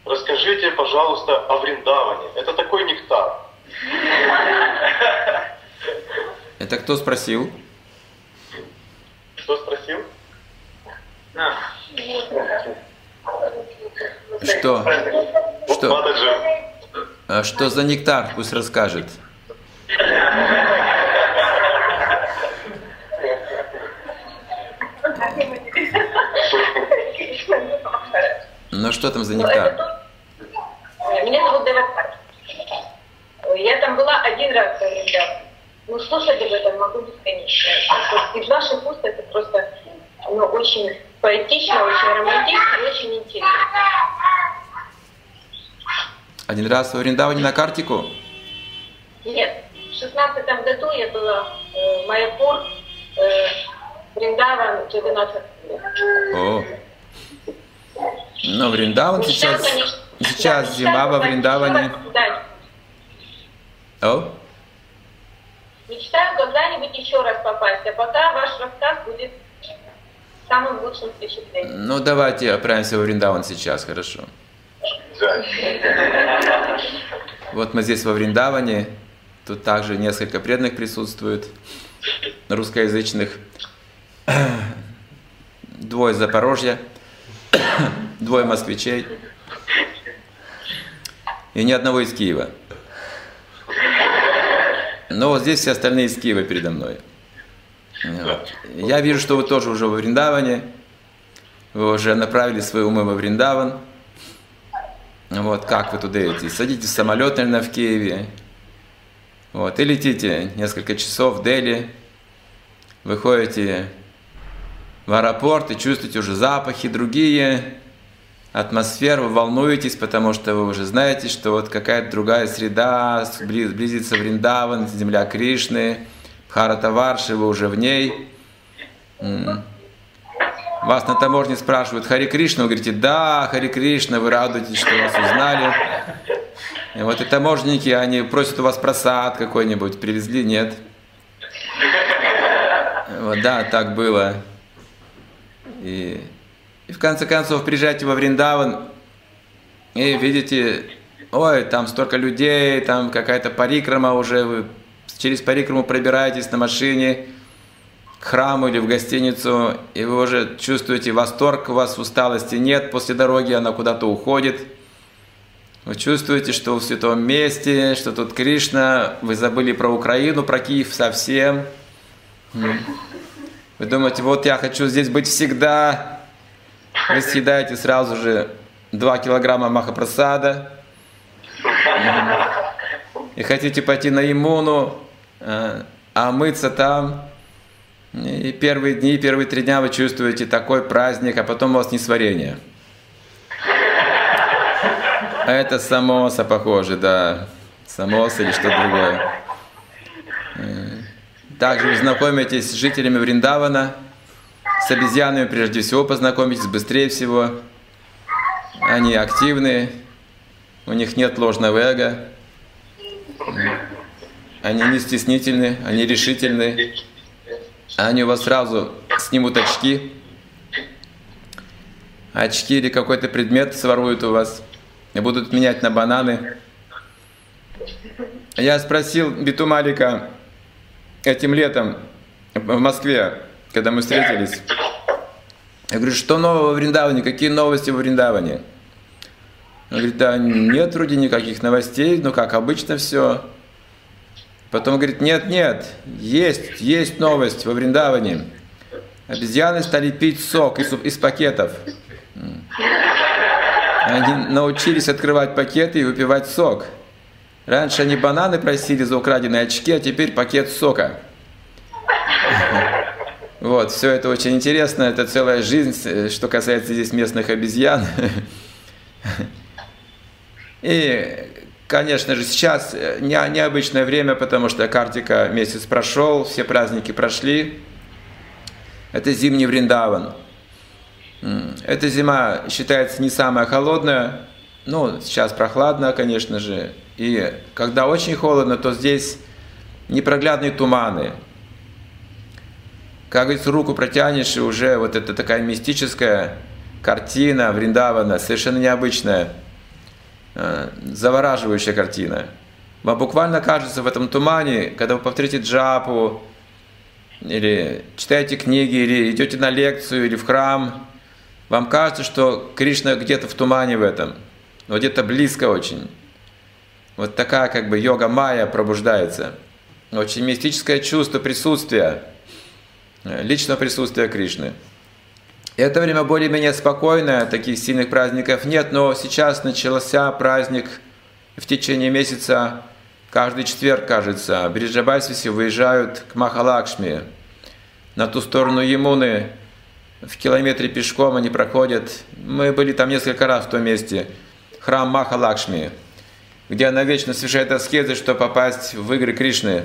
Расскажите, пожалуйста, о Вриндаване. Это такой нектар. Это кто спросил? Что спросил? Что? Что? Мададжи. А что за нектар? Пусть расскажет. Ну что там за нектар? Меня зовут Деватар. Я там была один раз, ребят. Ну, слушать об этом могу бесконечно. Из ваших уст это просто очень поэтично, очень романтично и очень интересно. Один раз во Вриндаване на Картику? Нет, в 16-м году я была в Майяпур, Вриндаван, Джаганатха. О. Но Вриндаван сейчас зима во Вриндаване. О? Мечтаю когда-нибудь еще раз попасть, а пока ваш рассказ будет самым лучшим впечатлением. Ну давайте отправимся во Вриндаван сейчас, хорошо. Вот мы здесь во Вриндаване, тут также несколько преданных присутствует, русскоязычных, 2 из Запорожья, 2 москвичей и ни одного из Киева. Но вот здесь все остальные из Киева передо мной. Вот. Я вижу, что вы тоже уже во Вриндаване, вы уже направили свои умы во Вриндаван. Вот, как вы туда идете? Садитесь в самолет, наверное, в Киеве. Вот, и летите несколько часов в Дели. Выходите в аэропорт и чувствуете уже запахи другие, атмосферу, вы волнуетесь, потому что вы уже знаете, что вот какая-то другая среда, близится Вриндаван, земля Кришны, Бхаратаварши, вы уже в ней. Вас на таможне спрашивают: Хари Кришна? Вы говорите: да, Хари Кришна, вы радуетесь, что вас узнали. И вот и таможенники, они просят у вас просад какой-нибудь, привезли, нет. Вот, да, так было. И в конце концов приезжаете во Вриндаван и видите: ой, там столько людей, там какая-то парикрама уже, вы через парикраму пробираетесь на машине к храму или в гостиницу, и вы уже чувствуете восторг, у вас усталости нет после дороги, она куда-то уходит. Вы чувствуете, что вы в святом месте, что тут Кришна, вы забыли про Украину, про Киев совсем. Вы думаете: вот я хочу здесь быть всегда. Вы съедаете сразу же 2 килограмма махапрасада и хотите пойти на Ямуну, омыться там. И первые дни, первые 3 дня вы чувствуете такой праздник, а потом у вас несварение. А это самоса похоже, да. Самоса или что-то другое. Также вы знакомитесь с жителями Вриндавана, с обезьянами прежде всего познакомитесь быстрее всего. Они активны, у них нет ложного эго. Они не стеснительны, они решительны. Они у вас сразу снимут очки. Очки или какой-то предмет своруют у вас и будут менять на бананы. Я спросил Биту Малика этим летом в Москве, когда мы встретились. Я говорю: что нового в Вриндаване? Какие новости в Вриндаване? Он говорит: да нет вроде никаких новостей, ну как обычно все. Потом говорит: нет, есть новость во Вриндаване. Обезьяны стали пить сок из пакетов. Они научились открывать пакеты и выпивать сок. Раньше они бананы просили за украденные очки, а теперь пакет сока. Вот, все это очень интересно, это целая жизнь, что касается здесь местных обезьян. И, конечно же, сейчас необычное время, потому что Картика месяц прошел, все праздники прошли. Это зимний Вриндаван. Эта зима считается не самая холодная, ну, сейчас прохладно, конечно же. И когда очень холодно, то здесь непроглядные туманы. Как говорится, руку протянешь, и уже вот это такая мистическая картина Вриндавана, совершенно необычная. завораживающая картина. Вам буквально кажется в этом тумане, когда вы повторите джапу, или читаете книги, или идете на лекцию, или в храм, вам кажется, что Кришна где-то в тумане в этом, но где-то близко очень. Вот такая как бы йога-майя пробуждается. Очень мистическое чувство присутствия, личного присутствия Кришны. Это время более-менее спокойное, таких сильных праздников нет, но сейчас начался праздник в течение месяца. Каждый четверг, кажется, Бриджабайсваси выезжают к Махалакшми. На ту сторону Ямуны, в километре пешком они проходят. Мы были там несколько раз в том месте. Храм Махалакшми, где она вечно совершает аскезы, чтобы попасть в игры Кришны.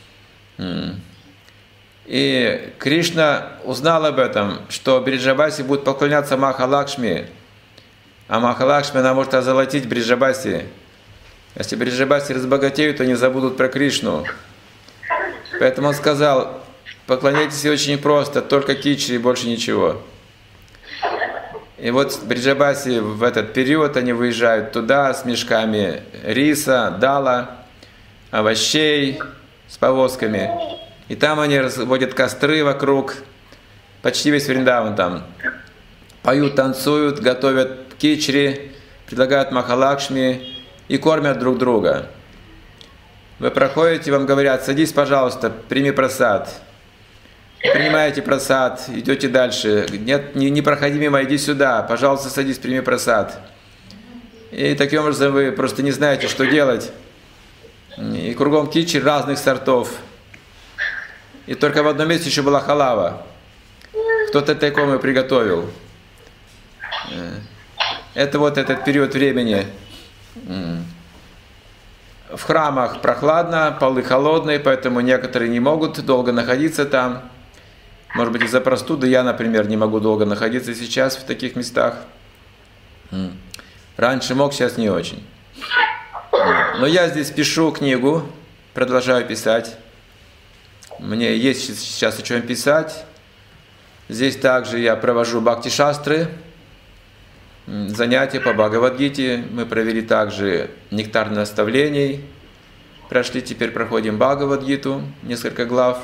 И Кришна узнал об этом, что Бриджабаси будет поклоняться Махалакшми, а Махалакшми она может озолотить Бриджабаси. Если Бриджабаси разбогатеют, то они забудут про Кришну. Поэтому он сказал: поклоняйтесь очень просто, только кичи и больше ничего. И вот Бриджабаси в этот период они выезжают туда с мешками риса, дала, овощей, с повозками. И там они разводят костры вокруг, почти весь Вриндаван там. Поют, танцуют, готовят кичри, предлагают Махалакшми и кормят друг друга. Вы проходите, вам говорят: садись, пожалуйста, прими прасад. Принимаете прасад, идете дальше. Нет, не проходи мимо, иди сюда, пожалуйста, садись, прими прасад. И таким образом вы просто не знаете, что делать. И кругом кичри разных сортов. И только в одном месте еще была халава. Кто-то тайком ее приготовил. Это вот этот период времени. В храмах прохладно, полы холодные, поэтому некоторые не могут долго находиться там. Может быть, из-за простуды. Я, например, не могу долго находиться сейчас в таких местах. Раньше мог, сейчас не очень. Но я здесь пишу книгу, продолжаю писать. Мне есть сейчас о чем писать. Здесь также я провожу бхакти-шастры, занятия по Бхагавад-гите. Мы провели также нектар наставлений. Прошли, теперь проходим Бхагавад-гиту, несколько глав.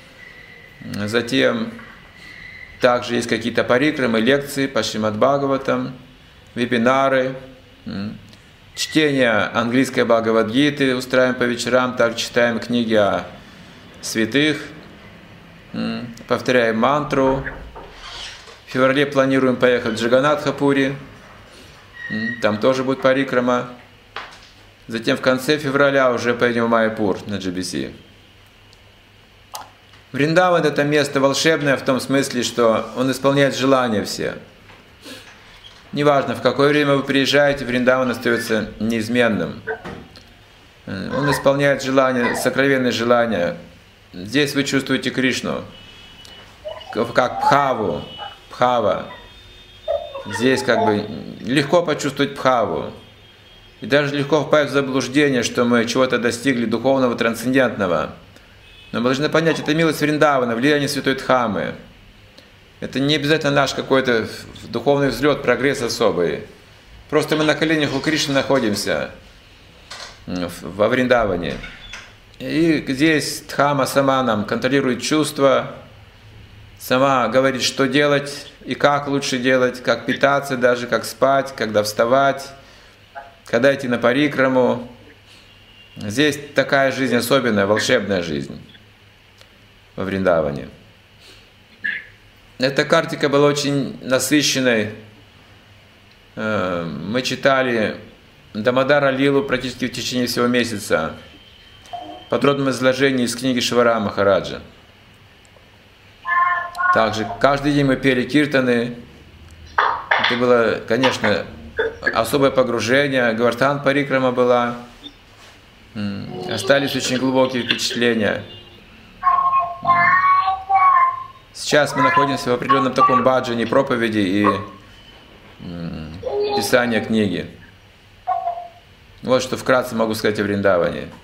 Затем также есть какие-то парикрамы, лекции по Шримад-Бхагаватам, вебинары, чтение английской Бхагавад-гиты устраиваем по вечерам, также читаем книги о святых, повторяем мантру. В феврале планируем поехать в Джаганнатха-пури, там тоже будет парикрама. Затем в конце февраля уже поедем в Майяпур на GBC. Вриндаван — это место волшебное в том смысле, что он исполняет желания все. Неважно, в какое время вы приезжаете, Вриндаван остается неизменным. Он исполняет желания, сокровенные желания. Здесь вы чувствуете Кришну, как Бхаву, Бхава. Здесь как бы легко почувствовать Бхаву. И даже легко впасть в заблуждение, что мы чего-то достигли духовного, трансцендентного. Но мы должны понять, это милость Вриндавана, влияние Святой Дхаммы. Это не обязательно наш какой-то духовный взлет, прогресс особый. Просто мы на коленях у Кришны находимся во Вриндаване. И здесь Дхамма сама нам контролирует чувства, сама говорит, что делать и как лучше делать, как питаться даже, как спать, когда вставать, когда идти на парикраму. Здесь такая жизнь особенная, волшебная жизнь во Вриндаване. Эта картика была очень насыщенной. Мы читали Дамодара Лилу практически в течение всего месяца. В подробном изложении из книги Швара Махараджа. Также каждый день мы пели киртаны. Это было, конечно, особое погружение. Гавардхан парикрама была. Остались очень глубокие впечатления. Сейчас мы находимся в определенном таком баджане проповеди и писания книги. Вот что вкратце могу сказать о Вриндаване.